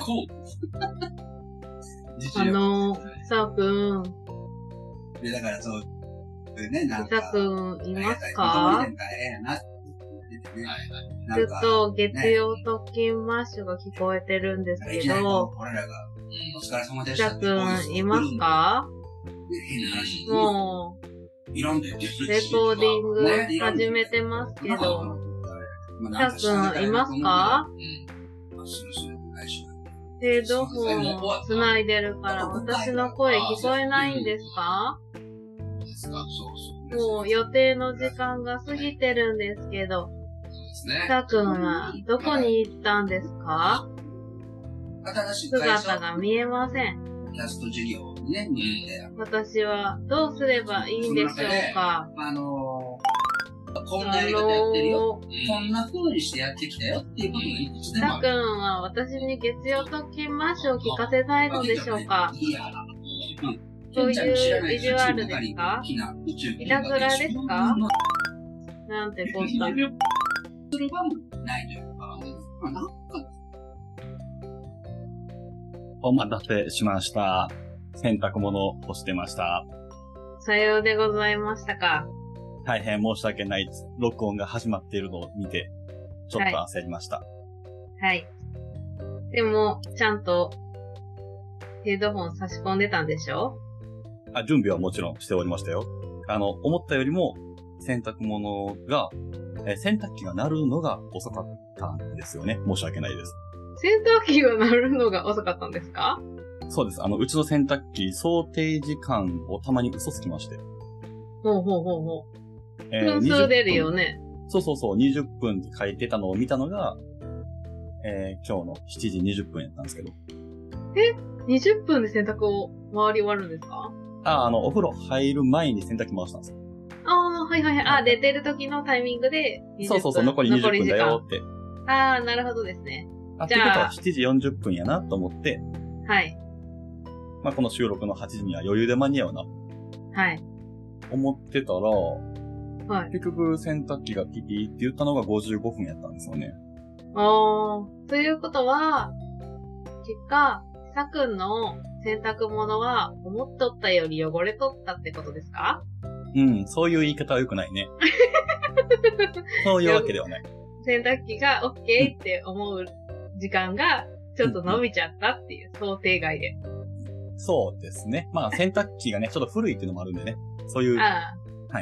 こう。 さーくん。 だからそう、ね、なんか。 さーくん、いますか？ずっと月曜特勤マッシュが聞こえてるんですけど、さーくん、いますか？もう、レコーディング始めてますけど、さーくん、いますか？ヘッドホンを繋いでるから私の声聞こえないんですか？もう予定の時間が過ぎてるんですけど、さくんはどこに行ったんですか？姿が見えません。私はどうすればいいんでしょうか？ こんなやり方やってるよ。こんな風にしてやってきたよっていうことがいくつでもある。 さくんは私に月曜特勤マッシュを聞かせたいのでしょうか？そういう意地悪ですか？いたずらですか？なんてこった。 お待たせしました。洗濯物を干してました。 さようでございましたか。 大変申し訳ないです。録音が始まっているのを見て、ちょっと焦りました。 はい。でも、ちゃんとヘッドホン差し込んでたんでしょ？ 準備はもちろんしておりましたよ。思ったよりも、洗濯物が、洗濯機が鳴るのが遅かったんですよね。申し訳ないです。 洗濯機が鳴るのが遅かったんですか？ そうです。うちの洗濯機、想定時間をたまに嘘つきまして。 ほう。分数出るよね。 そう。20分って書いてたのを見たのが、今日の7時20分やったんですけど。 20分で洗濯を回り終わるんですか？ お風呂入る前に洗濯機回したんですよ。 はい。出てる時のタイミングで20分。 そう、残り20分だよって。 なるほどですね。 ってことは7時40分やなと思って。 はい。 この収録の8時には余裕で間に合うな。 はい。 思ってたら、 はい。 結局洗濯機がピピって言ったのが55分やったんですよね。 ということは、結果、さくんの洗濯物は思っとったより汚れとったってことですか？ そういう言い方は良くないね。そういうわけではない。 洗濯機が OK って思う時間がちょっと伸びちゃったっていう想定外で。 そうですね。洗濯機がね、ちょっと古いっていうのもあるんでね。そういう。はい。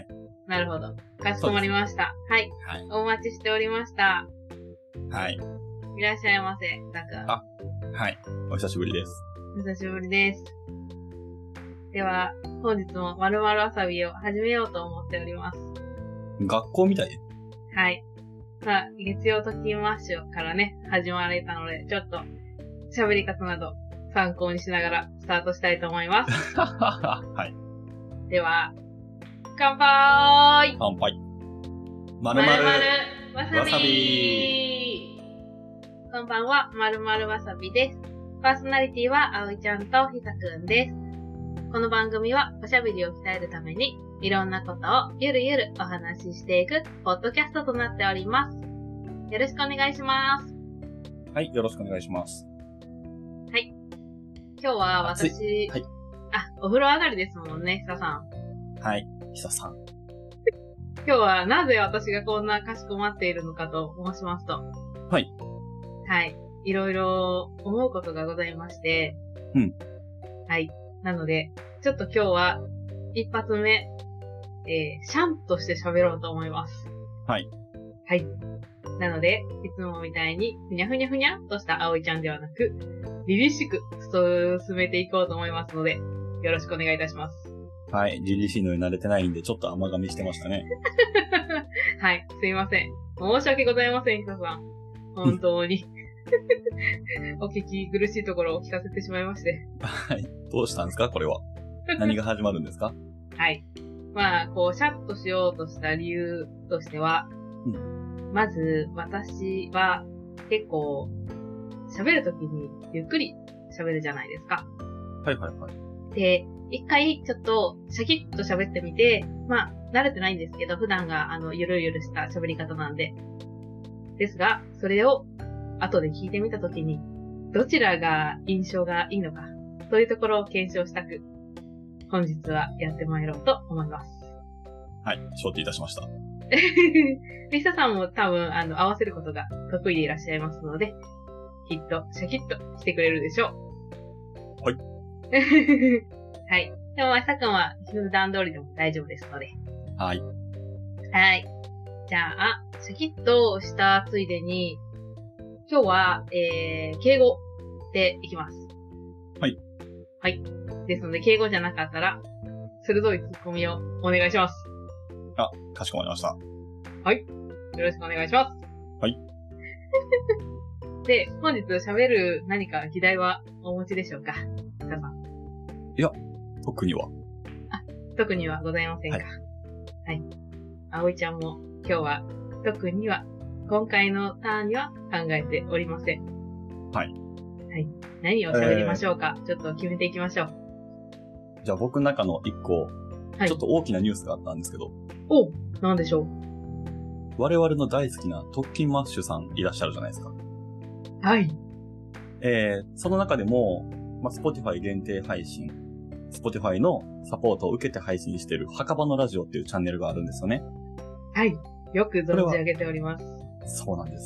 なるほど。かしこまりました。はい。お待ちしておりました。 はい。 いらっしゃいませ、さくん。 はい。お久しぶりです。 お久しぶりです。では、本日もまるまるわさびを始めようと思っております。 学校みたいで。 はい。月曜特勤マッシュからね、始まれたので、ちょっと喋り方など参考にしながらスタートしたいと思います。 はい。 では、乾杯！ 乾杯。まるまるわさび。こんばんは、まるまるわさびです。パーソナリティはあおいちゃんとひさくんです。この番組はおしゃべりを鍛えるためにいろんなことをゆるゆるお話ししていくポッドキャストとなっております。よろしくお願いします。 はい、よろしくお願いします。 はい。今日は私、 はい。 お風呂上がりですもんね、ひささん。 はい、ひささん。 今日はなぜ私がこんなかしこまっているのかと申しますと。 はい。 はい。いろいろ思うことがございまして。はい。なので、ちょっと今日は一発目、シャンとして喋ろうと思います。 はい。 はい。なので、いつもみたいにふにゃふにゃふにゃとした葵ちゃんではなく、凛々しく進めていこうと思いますので、よろしくお願いいたします。 はい。凛々しいのに慣れてないんで、ちょっと甘噛みしてましたね。 はい。すいません。申し訳ございません、ひささん。本当に。お聞き苦しいところを聞かせてしまいまして。 はい。どうしたんですかこれは。何が始まるんですか？ はい。シャッとしようとした理由としては、まず、私は結構、喋るときにゆっくり喋るじゃないですか。 はい。 で、一回ちょっとシャキッと喋ってみて、慣れてないんですけど、普段がゆるゆるした喋り方なんで。ですが、それを後で聞いてみたときに、 どちらが印象がいいのか、というところを検証したく、本日はやってまいろうと思います。 はい、承知いたしました。 リサさんも多分、合わせることが得意でいらっしゃいますので、きっと、シャキッとしてくれるでしょう。 はい。 はい。でも、まさくんは普段通りでも大丈夫ですので。 はい。 はい。じゃあ、シャキッとしたついでに、今日は、敬語でいきます。 はい。 はい。ですので、敬語じゃなかったら、鋭いツッコミをお願いします。 あ、かしこまりました。 はい。よろしくお願いします。 はい。 で、本日喋る何か議題はお持ちでしょうか、皆さん。 いや、特には。 特にはございませんか。はい。はい。葵ちゃんも今日は特には、今回のターンには考えておりません。 はい。 はい。何を喋りましょうか、ちょっと決めていきましょう。 じゃあ僕の中の一個、 はい、 ちょっと大きなニュースがあったんですけど。 お、なんでしょう。 我々の大好きな特勤マッシュさんいらっしゃるじゃないですか。 はい。 その中でも、Spotify 限定配信、Spotify のサポートを受けて配信している墓場のラジオっていうチャンネルがあるんですよね。 はい。よく存じ上げております。 そうなんです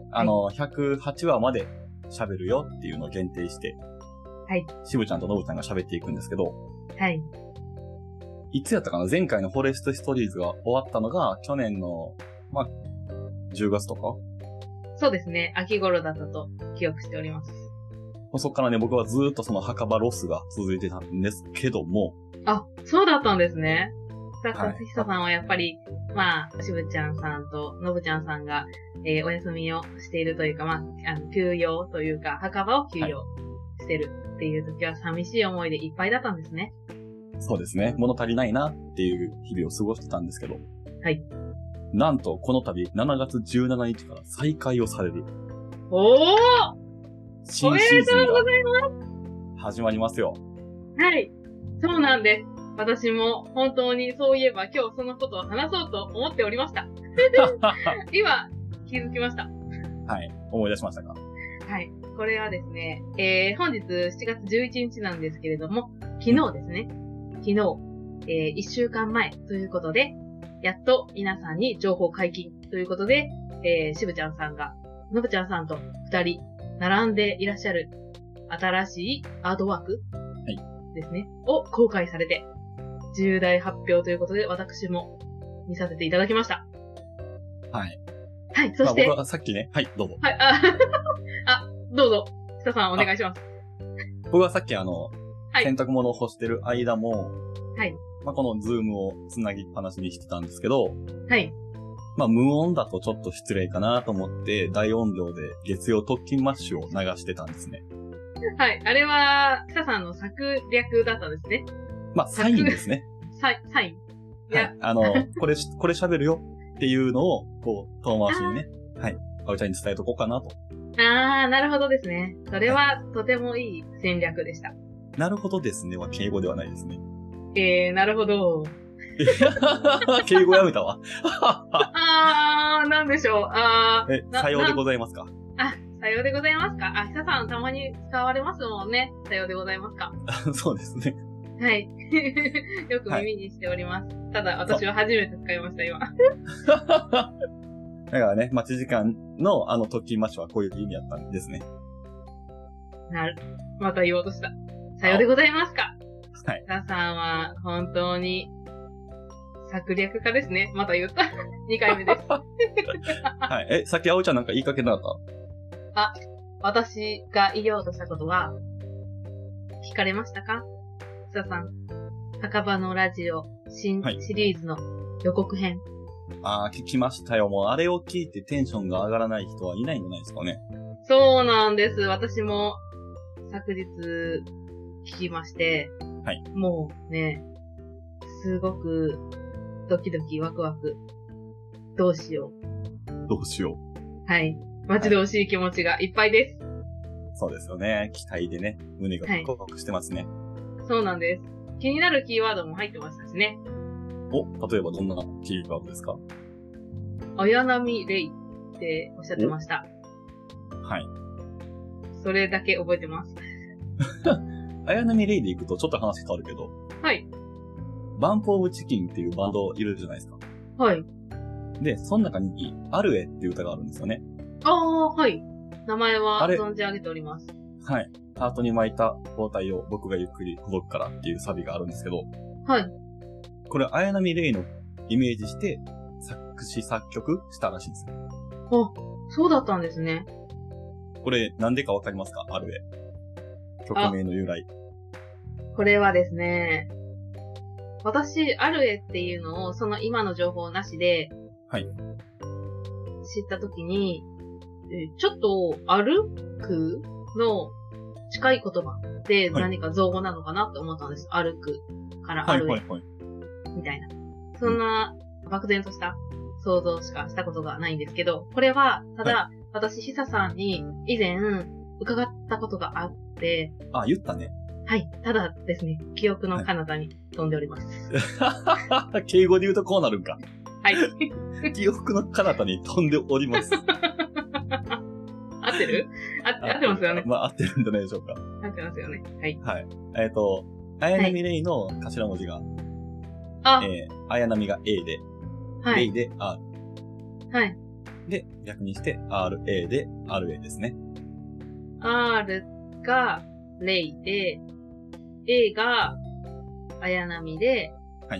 。108話まで喋るよっていうのを限定して、 はい。 しぶちゃんとのぶちゃんが喋っていくんですけど、 はい。 いつやったかな、前回のフォレストストーリーズが終わったのが、去年の、10月とか？ そうですね。秋頃だったと記憶しております。 そっからね、僕はずーっとその墓場ロスが続いてたんですけども。 あ、そうだったんですね。さあ、 はい、 ひささんはやっぱり、しぶちゃんさんとのぶちゃんさんが、お休みをしているというか、休養というか、墓場を休養してるっていう時は寂しい思いでいっぱいだったんですね。 そうですね。物足りないなっていう日々を過ごしてたんですけど。 はい。 なんと、この度、7月17日から再開をされる。 おー！ 新シーズンが始まりますよ。 はい。そうなんです。私も本当にそういえば今日そのことを話そうと思っておりました。今、気づきました。 はい。思い出しましたか？ はい。これはですね、本日7月11日なんですけれども、昨日ですね。昨日、1週間前ということで、やっと皆さんに情報解禁ということで、しぶちゃんさんが、のぶちゃんさんと2人、並んでいらっしゃる新しいアートワークですね、を公開されて、重大発表ということで、私も見させていただきました。 はい。 はい、そして。 僕はさっきね、はい、どうぞ。 はい、どうぞ。ひささんお願いします。 僕はさっき洗濯物を干してる間も、 はい。 このズームをつなぎっぱなしにしてたんですけど、 はい。 無音だとちょっと失礼かなと思って、大音量で月曜特勤マッシュを流してたんですね。 はい。あれは、ひささんの策略だったんですね。 サインですね。 サイン。 いや、これ喋るよっていうのを、遠回しにね、はい、あおちゃんに伝えとこうかなと。 なるほどですね。それは、とてもいい戦略でした。 なるほどですねは敬語ではないですね。 なるほど。 敬語やめたわ。 なんでしょう。 さようでございますか？ さようでございますか？ひささんたまに使われますもんね。さようでございますか？ そうですね。 はい。よく耳にしております。はい、ただ、私は初めて使いました、今。 だからね、待ち時間の特勤マッシュはこういう意味だったんですね。 また言おうとした。さようでございますか？ はい。 ひささんは、本当に、策略家ですね。また言った。2回目です。 はい。さっきあおちゃんなんか言いかけなかった？ 私が言おうとしたことは、聞かれましたか？ひささん。墓場のラジオ、新シリーズの予告編。 聞きましたよ。もうあれを聞いてテンションが上がらない人はいないんじゃないですかね。 そうなんです。私も、昨日、聞きまして、 はい。 もうね、すごく、ドキドキワクワク、どうしよう。はい。待ち遠しい気持ちがいっぱいです。 そうですよね。期待でね、胸がワクワクしてますね。 そうなんです。気になるキーワードも入ってましたしね。 例えばどんなキーワードですか？ 綾波レイっておっしゃってました。 はい。 それだけ覚えてます。 綾波レイで行くとちょっと話変わるけど、 はい。 バンプオブチキンっていうバンドいるじゃないですか。 はい。 で、その中に、アルエっていう歌があるんですよね。 ああ、はい。名前はあれ存じ上げております。 はい。ハートに巻いた包帯を僕がゆっくりほどくからっていうサビがあるんですけど、 はい。 これ、綾波レイのイメージして、作詞作曲したらしいんですよ。 あ、そうだったんですね。 これ、なんでかわかりますか？アルエ。曲名の由来。 これはですね、私、アルエっていうのを、その今の情報なしで、 はい。 知ったときに、ちょっと、歩くの近い言葉で何か造語なのかなって思ったんです。歩くから歩くみたいな。そんな漠然とした想像しかしたことがないんですけど、これは、ただ、私、ひささんに以前伺ったことがあって、 あ、言ったね。 はい。ただですね、記憶の彼方に飛んでおります。 敬語で言うとこうなるんか。 はい。 記憶の彼方に飛んでおります。 合ってる合ってますよね。 まあ、合ってるんじゃないでしょうか。 合ってますよね。はい。 はい。綾波レイの頭文字が、綾波が A で、レイで R。 はい。 で、逆にして RA で RA ですね。 R がレイで、A が綾波で、 はい。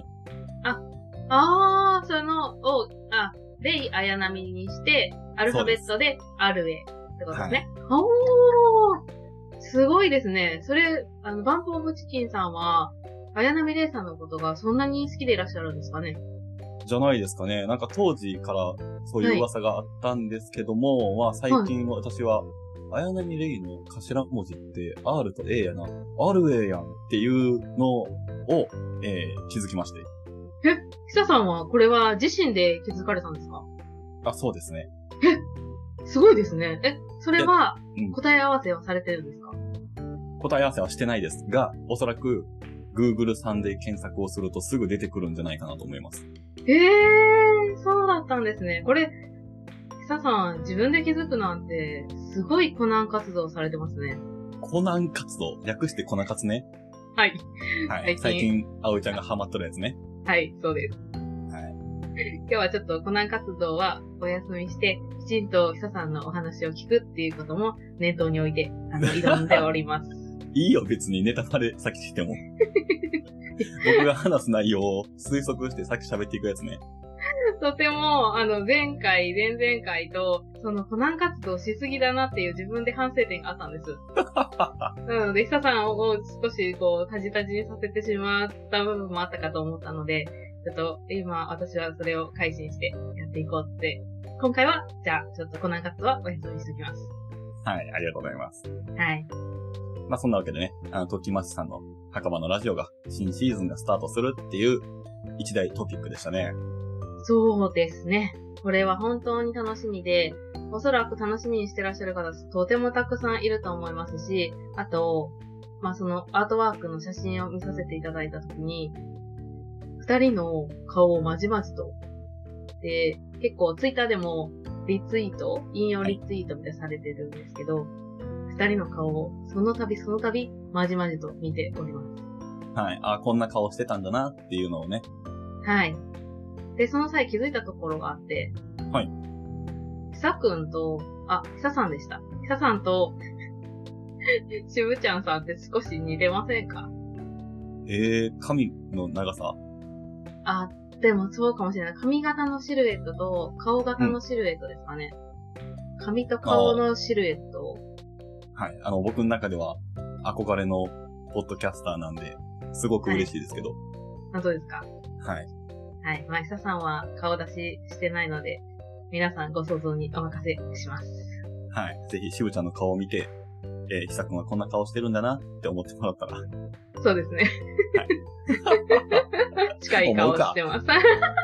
レイ綾波にして、アルファベットで RA ってことですね。 はい、 すごいですね。それ、バンプオブチキンさんは、綾波レイさんのことがそんなに好きでいらっしゃるんですかね？ じゃないですかね。なんか当時からそういう噂があったんですけども、まあ最近私は、綾波レイの頭文字って R と A やな。RA やんっていうのを、気づきまして。 ひささんはこれは自身で気づかれたんですか？ あ、そうですね。 すごいですね。それは答え合わせはされてるんですか？ 答え合わせはしてないですが、おそらく Google さんで検索をするとすぐ出てくるんじゃないかなと思います。 そうだったんですね。これ、ひささん自分で気づくなんて、すごいコナン活動されてますね。 コナン活動略してコナ活ね。 はい。 はい。最近、葵ちゃんがハマっとるやつね。 はい、そうです。 はい。 今日はちょっとコナン活動はお休みして、きちんとひささんのお話を聞くっていうことも念頭に置いて、挑んでおります。 いいよ、別にネタバレ先しても。僕が話す内容を推測して先喋っていくやつね。 とても、前回、前々回と、コナン活動しすぎだなっていう自分で反省点があったんです。なので、ひささんを少しタジタジにさせてしまった部分もあったかと思ったので、ちょっと今私はそれを改心してやっていこうって。今回は、じゃあ、ちょっとコナン活動はお休みしておきます。 はい、ありがとうございます。 はい。 まあそんなわけでね、トキマチさんの墓場のラジオが新シーズンがスタートするっていう一大トピックでしたね。 そうですね。これは本当に楽しみで、おそらく楽しみにしてらっしゃる方とてもたくさんいると思いますし、あと、まあそのアートワークの写真を見させていただいたときに、二人の顔をまじまじと。で、結構ツイッターでもリツイート、引用リツイートみたいされてるんですけど、二人の顔をその度まじまじと見ております。 はい。あ、こんな顔してたんだなっていうのをね。 はい。で、その際気づいたところがあって。 はい。 ひさくんと、ひささんでした。ひささんと、しぶちゃんさんって少し似てませんか？ 髪の長さ？ でもそうかもしれない。髪型のシルエットと顔型のシルエットですかね。髪と顔のシルエット。 はい。僕の中では憧れのポッドキャスターなんで、すごく嬉しいですけど。 はい、そうですか。 はい。 はい。まあ、ひささんは顔出ししてないので、皆さんご想像にお任せします。 はい。ぜひ、しぶちゃんの顔を見て、ひさくんはこんな顔してるんだなって思ってもらったら。 そうですね。はい。近い顔してます。確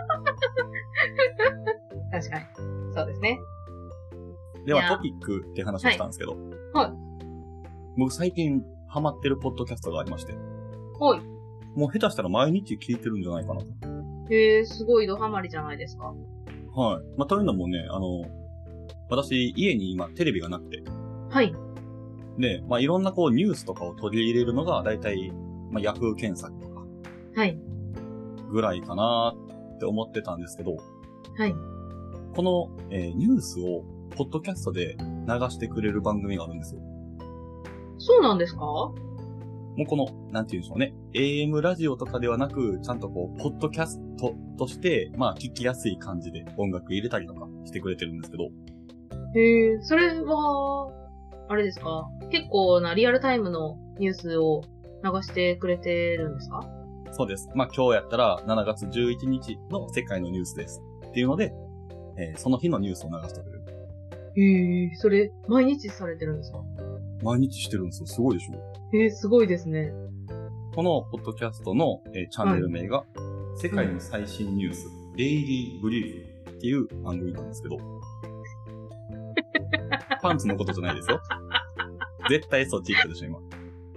かに。そうですね。 では、トピックって話をしたんですけど。 はい。 僕最近ハマってるポッドキャストがありまして。 はい。 もう下手したら毎日聞いてるんじゃないかなと。 すごいドハマりじゃないですか。 はい。まあ、というのもね、私、家に今テレビがなくて。 はい。 で、まあ、いろんなこうニュースとかを取り入れるのが、だいたい、まあ、ヤフー検索とか。 はい。 ぐらいかなって思ってたんですけど。 はい。 この、ニュースを、ポッドキャストで流してくれる番組があるんですよ。 そうなんですか？ もうこの、なんて言うんでしょうね。AM ラジオとかではなく、ちゃんとこう、ポッドキャストとして、まあ、聞きやすい感じで音楽入れたりとかしてくれてるんですけど。 へえ、それは、あれですか？結構なリアルタイムのニュースを流してくれてるんですか？ そうです。まあ、今日やったら7月11日の世界のニュースです。っていうので、その日のニュースを流してくれる。 へえ、それ、毎日されてるんですか？ 毎日してるんですよ。すごいでしょ？ へえ、すごいですね。 このポッドキャストの、チャンネル名が、世界の最新ニュース、デイリーブリーフっていう番組なんですけど、パンツのことじゃないですよ。絶対そっち言ったでしょ、今。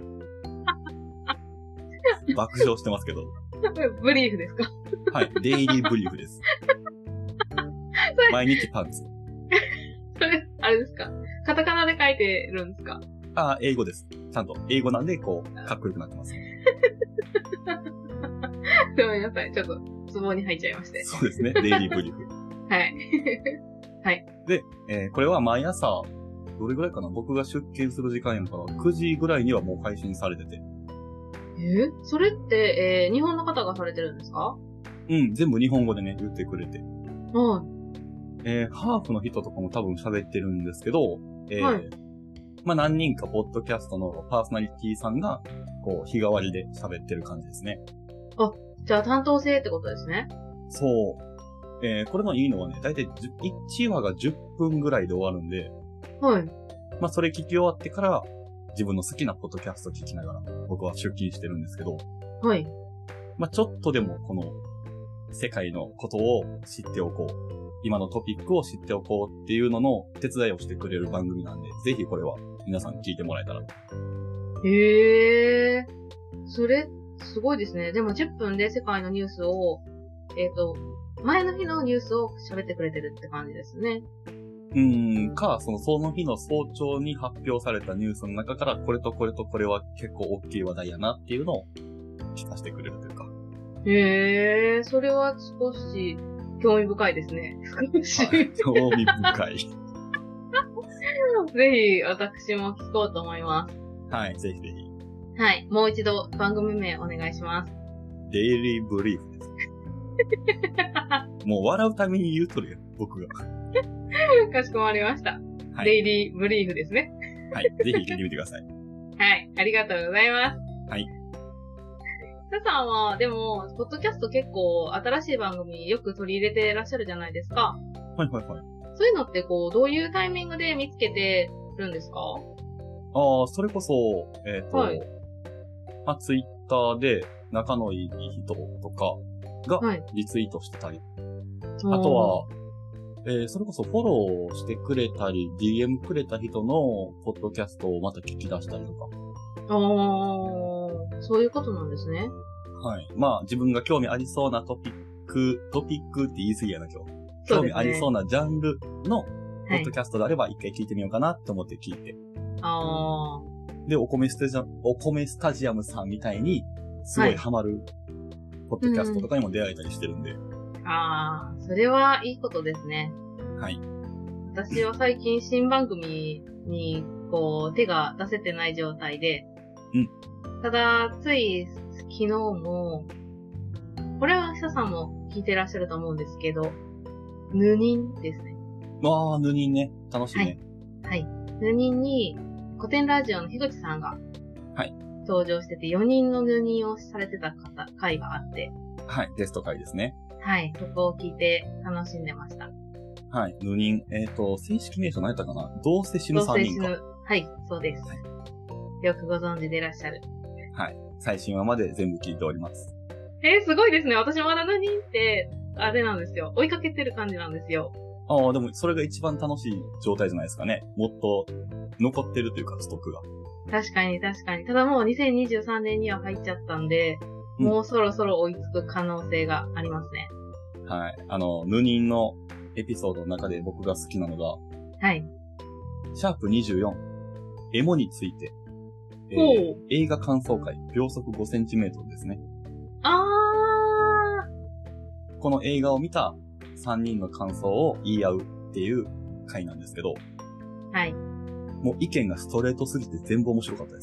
爆笑してますけど。 ブリーフですか？ はい、デイリーブリーフです。毎日パンツ。 それ、あれですか？カタカナで書いてるんですか？ あ、英語です。ちゃんと英語なんで、こう、かっこよくなってます。 ごめんなさい。ちょっと、ツボに入っちゃいまして。 そうですね。デイリーブリーフ。 はい。はい。 で、これは毎朝、どれぐらいかな？僕が出勤する時間やから、9時ぐらいにはもう配信されてて。 それって、日本の方がされてるんですか？ うん、全部日本語でね、言ってくれて。 はい。 ハーフの人とかも多分喋ってるんですけど、 はい。 まあ、何人かポッドキャストのパーソナリティさんが、こう、日替わりで喋ってる感じですね。 あ、じゃあ担当制ってことですね。 そう。これのいいのはね、だいたい1話が10分ぐらいで終わるんで、 はい。 まあ、それ聞き終わってから、自分の好きなポッドキャスト聞きながら、僕は出勤してるんですけど、 はい。 まあ、ちょっとでもこの、世界のことを知っておこう。今のトピックを知っておこうっていうのの手伝いをしてくれる番組なんで、ぜひこれは皆さん聞いてもらえたら。 へえ。それ、すごいですね。でも10分で世界のニュースを、前の日のニュースを喋ってくれてるって感じですね。 その日の早朝に発表されたニュースの中から、これとこれとこれは結構大きい話題やなっていうのを聞かせてくれるというか。 へえ、それは少し興味深いですね。 興味深い。 ぜひ、私も聞こうと思います。 はい、ぜひぜひ。 はい、もう一度番組名お願いします。 デイリーブリーフです。もう笑うために言うとるよ、僕が。 かしこまりました。 はい、 デイリーブリーフですね。 はい、ぜひ聞いてみてください。 はい、ありがとうございます。 はい。 ささんは、でも、ポッドキャスト結構新しい番組よく取り入れてらっしゃるじゃないですか。 はいはいはい。 そういうのってこう、どういうタイミングで見つけてるんですか？ ああ、それこそ、 はいまあ、ツイッターで仲のいい人とかがリツイートしてたり。あとは、それこそフォローしてくれたり、DM くれた人のポッドキャストをまた聞き出したりとか。 そういうことなんですね。 はい。まあ、自分が興味ありそうなトピックって言い過ぎやな、今日。興味ありそうなジャンルのポッドキャストであれば一回聞いてみようかなって思って聞いて。で、お米スタジアムさんみたいに、すごいハマるポッドキャストとかにも出会えたりしてるんで。 それはいいことですね。 はい。 私は最近新番組に、こう、手が出せてない状態で、ただ、つい昨日も、これは久さんも聞いてらっしゃると思うんですけど、ヌニンですね。 ヌニンね。楽しいね。 はい。ヌニンに、古典ラジオの樋口さんが、登場してて、4人のヌニンをされてた回があって、 はい、テスト回ですね。 はい、そこを聞いて楽しんでました。 はい、ヌニン、正式名称何やったかな？どうせ死ぬ3人か。 はい、そうです。はい、よくご存知でいらっしゃる。 はい、最新話まで全部聞いております。 すごいですね。私まだヌニンって、あれなんですよ。追いかけてる感じなんですよ。 でもそれが一番楽しい状態じゃないですかね。もっと残ってるというか、ストックが。 確かに確かに。ただもう2023年には入っちゃったんで、もうそろそろ追いつく可能性がありますね。 はい。ヌニンのエピソードの中で僕が好きなのが、 はい。 シャープ24。 エモについて、 ほう映画感想会、秒速 5cm ですね。 あこの映画を見た3人の感想を言い合うっていう回なんですけど、 ー。はい。 もう意見がストレートすぎて全部面白かったです。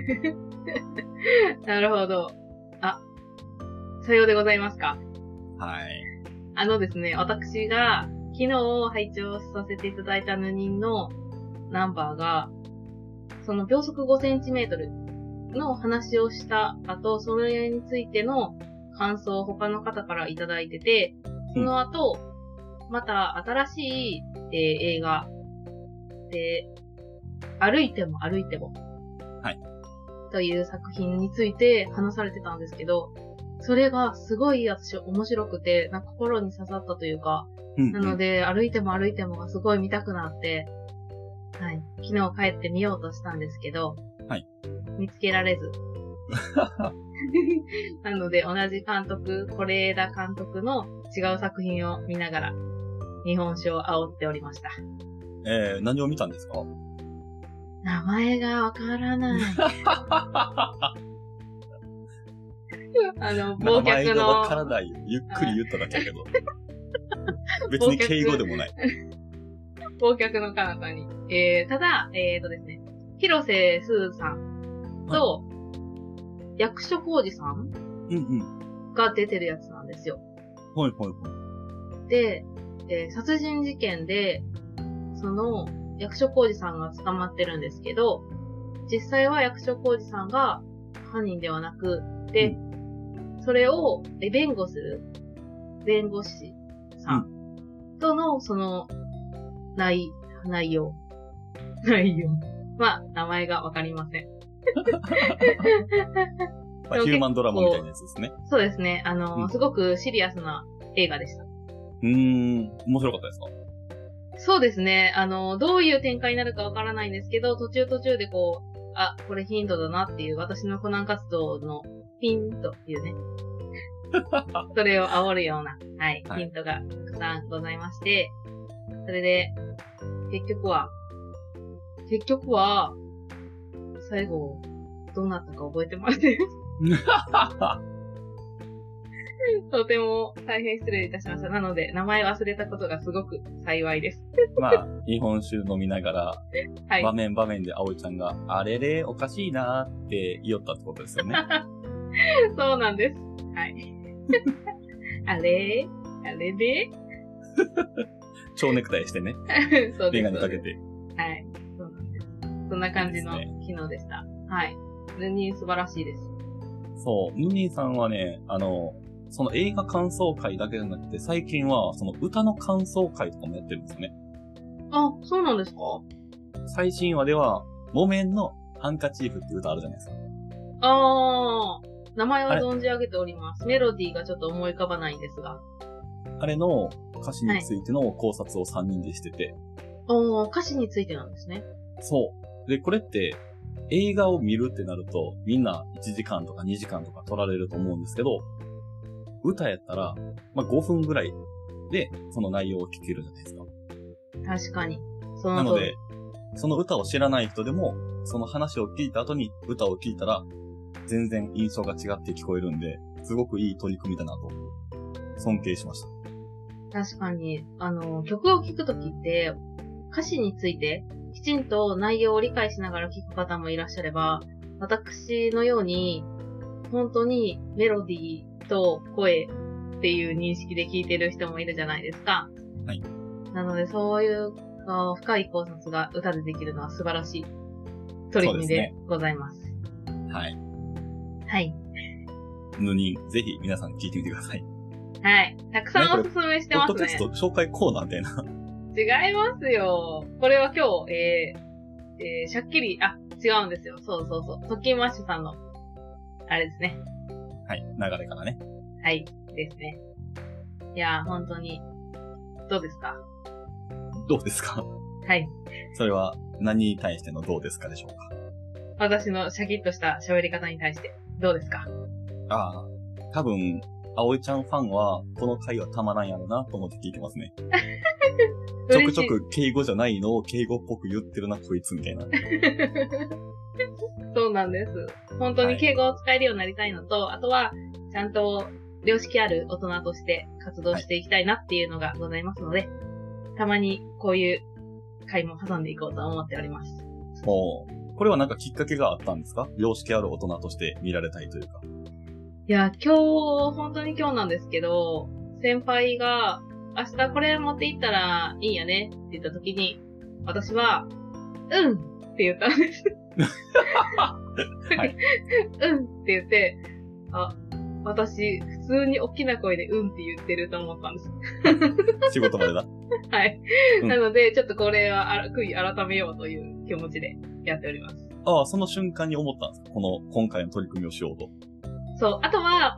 なるほど。あ、さようでございますか。 はい。 ですね、私が昨日拝聴させていただいたヌニンのナンバーが、その秒速 5cm の話をした後、それについての感想を他の方からいただいてて、その後、また新しい、映画で、歩いても歩いても。 はい。 という作品について話されてたんですけど、それがすごい私面白くて、なんか心に刺さったというか、なので歩いても歩いてもがすごい見たくなって、はい。昨日帰ってみようとしたんですけど、 はい。 見つけられず。なので同じ監督、是枝監督の違う作品を見ながら、日本酒を煽っておりました。 何を見たんですか？ 名前がわからない。 名前がわからないよ。ゆっくり言っただけやけど。別に敬語でもない。 忘却の彼方に。ただ、ですね、広瀬すずさんと、役所広司さんが出てるやつなんですよ。 はいはいはい。 で、殺人事件で、その、役所広司さんが捕まってるんですけど、実際は役所広司さんが犯人ではなく、で、それを弁護する弁護士さんとの、その、内容。まあ、名前がわかりません。 まあ、ヒューマンドラマみたいなやつですね。 そうですね。すごくシリアスな映画でした。 面白かったですか？ そうですね。どういう展開になるかわからないんですけど、途中でこう、あ、これヒントだなっていう、私のコナン活動のヒントっていうね。それを煽るような、はい、ヒントがたくさんございまして、それで、結局は、最後、どうなったか覚えてません。とても大変失礼いたしました。なので、名前忘れたことがすごく幸いです。 まあ、日本酒飲みながら、 はい、 場面で葵ちゃんが、あれれ、おかしいなーって言おったってことですよね。 そうなんです。はい。あれで蝶ネクタイしてね。 そうです。 メガネかけて。 はい。そうなんです。そんな感じの昨日でした。はい。ヌニー素晴らしいです。 そう。ヌニーさんはね、その映画感想会だけじゃなくて、最近はその歌の感想会とかもやってるんですよね。 あ、そうなんですか？ 最新話では、木綿のハンカチーフっていう歌あるじゃないですか。 名前は存じ上げております。メロディーがちょっと思い浮かばないんですが。 あれの歌詞についての考察を3人でしてて。 歌詞についてなんですね。 そう。で、これって、映画を見るってなると、みんな1時間とか2時間とか取られると思うんですけど、歌やったら、まあ、5分ぐらいで、その内容を聞けるじゃないですか。 確かに。 なので、その歌を知らない人でも、その話を聞いた後に歌を聞いたら、全然印象が違って聞こえるんで、すごくいい取り組みだなと、尊敬しました。 確かに、曲を聴くときって、歌詞について、きちんと内容を理解しながら聴く方もいらっしゃれば、私のように、本当にメロディーと声っていう認識で聴いてる人もいるじゃないですか。 はい。 なので、そういう深い考察が歌でできるのは素晴らしい取り組みでございます。 はい。 はい。 ヌニン、ぜひ皆さん聞いてみてください。 はい。たくさんおすすめしてますね。 ポッドキャスト紹介コーナーみたいな。 違いますよ。これは今日、しゃっきり、違うんですよ。そう。トッキンマッシュさんの、あれですね。 はい。流れからね。 はい。ですね。いやー、本当に、どうですか？ どうですか？ はい。 それは何に対してのどうですかでしょうか？ 私のシャキッとした喋り方に対して、どうですか？ 多分、葵ちゃんファンは、この回はたまらんやろなと思って聞いてますね。 ちょくちょく敬語じゃないのを敬語っぽく言ってるな、こいつみたいな。 そうなんです。本当に敬語を使えるようになりたいのと、あとは、ちゃんと良識ある大人として活動していきたいなっていうのがございますので、たまにこういう回も挟んでいこうと思っております。 これはなんかきっかけがあったんですか？良識ある大人として見られたいというか。 いや、本当に今日なんですけど、先輩が、明日これ持って行ったらいいよねって言った時に、私は、うんって言ったんです。 はい、 うんって言って、私、普通に大きな声でうんって言ってると思ったんです。 仕事までだ。 はい。なので、ちょっとこれは悔い改めようという気持ちでやっております。 その瞬間に思ったんですか？今回の取り組みをしようと。 そう。あとは、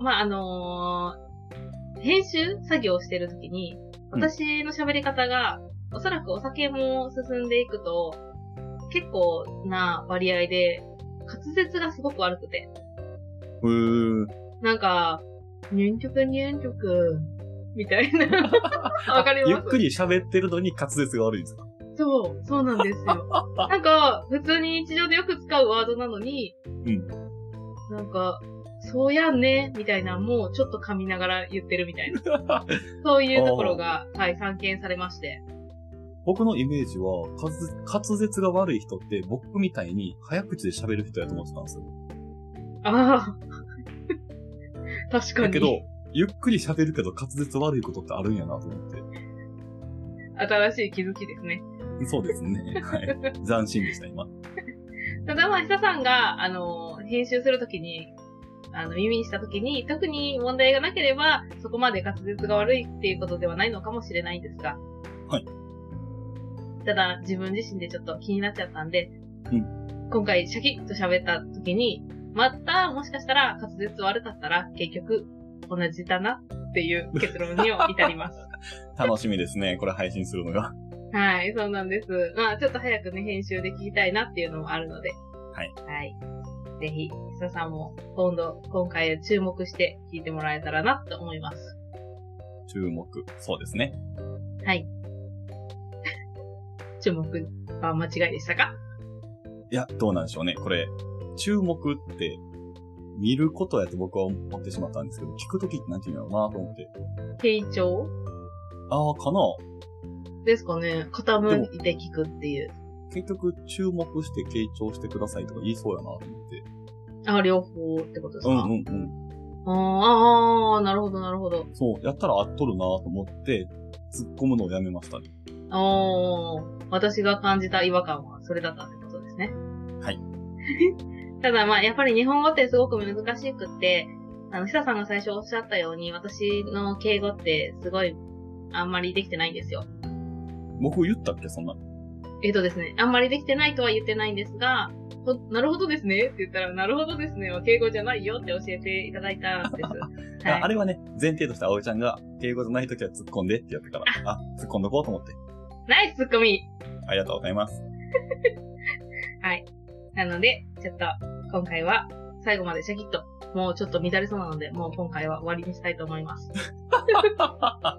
編集作業をしてるときに、私の喋り方が、おそらくお酒も進んでいくと、結構な割合で、滑舌がすごく悪くて。なんか、ニュンチョクみたいな。わかります？ ゆっくり喋ってるのに滑舌が悪いんですか？ そうなんですよ。なんか、普通に日常でよく使うワードなのに、なんか、そうやんね、みたいなもうちょっと噛みながら言ってるみたいな。そういうところが、散見されまして。 僕のイメージは、滑舌が悪い人って僕みたいに早口で喋る人やと思ってたんですよ。 ああ。確かに。 だけど、ゆっくり喋るけど滑舌悪いことってあるんやなと思って。 新しい気づきですね。 そうですね。はい。斬新でした、今。 ただ久さんが、編集するときに、耳にしたときに、特に問題がなければ、そこまで滑舌が悪いっていうことではないのかもしれないんですが。 はい。 ただ、自分自身でちょっと気になっちゃったんで、今回シャキッと喋ったときに、また、もしかしたら滑舌悪かったら、結局、同じだなっていう結論に至ります。 楽しみですね、これ配信するのが。 はい、そうなんです。ちょっと早くね、編集で聞きたいなっていうのもあるので。 はい。 はい。ぜひ、久さんも今回注目して聞いてもらえたらなと思います。 注目。そうですね。 はい。注目は間違いでしたか？ いや、どうなんでしょうね。これ、注目って見ることやと僕は思ってしまったんですけど、聞くときってなんて言うのかなと思って。 傾聴？ かなですかね。傾いて聞くっていう。 結局、注目して傾聴してくださいとか言いそうやなと思って。 両方ってことですか？ なるほど、なるほど。 そう、やったら合っとるなと思って、突っ込むのをやめましたね。 私が感じた違和感はそれだったってことですね。 はい。 ただやっぱり日本語ってすごく難しくって、久さんが最初おっしゃったように、私の敬語ってすごい、あんまりできてないんですよ。 僕言ったっけ、そんな。 ですね、あんまりできてないとは言ってないんですが、なるほどですねって言ったら、なるほどですねは敬語じゃないよって教えていただいたんです。はい、 あれはね、前提として葵ちゃんが敬語じゃないときは突っ込んでって言ってから、突っ込んどこうと思って。 ナイスツッコミ！ ありがとうございます。 はい。なので、ちょっと、今回は、最後までシャキッと、もうちょっと乱れそうなので、もう今回は終わりにしたいと思います。 はい。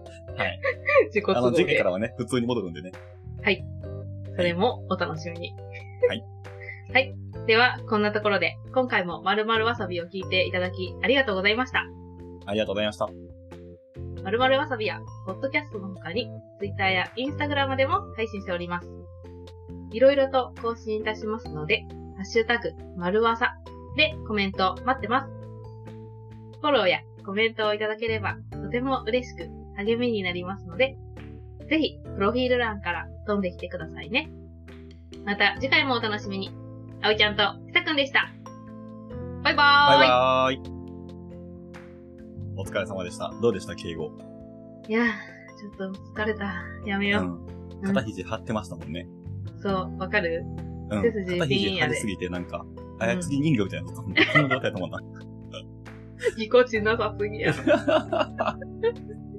自己都合で。 次回からはね、普通に戻るんでね。 はい。それもお楽しみに。 はい。 はい。では、こんなところで、今回も〇〇わさびを聞いていただき、ありがとうございました。 ありがとうございました。 〇〇わさびや、ポッドキャストの他に、Twitter や Instagram でも配信しております。いろいろと更新いたしますので、ハッシュタグ、〇わさでコメント待ってます。フォローやコメントをいただければ、とても嬉しく励みになりますので、ぜひ、プロフィール欄から飛んできてくださいね。また次回もお楽しみに。あおいちゃんとひさくんでした。バイバーイ。 バイバーイ。お疲れ様でした。どうでした、敬語？ いやー、ちょっと疲れた。やめよう。 肩肘張ってましたもんね。 そう、わかる？ 背筋肩肘張りすぎてなんか、操り人形みたいな、こんな状態だもんな。 ぎこちなさすぎや。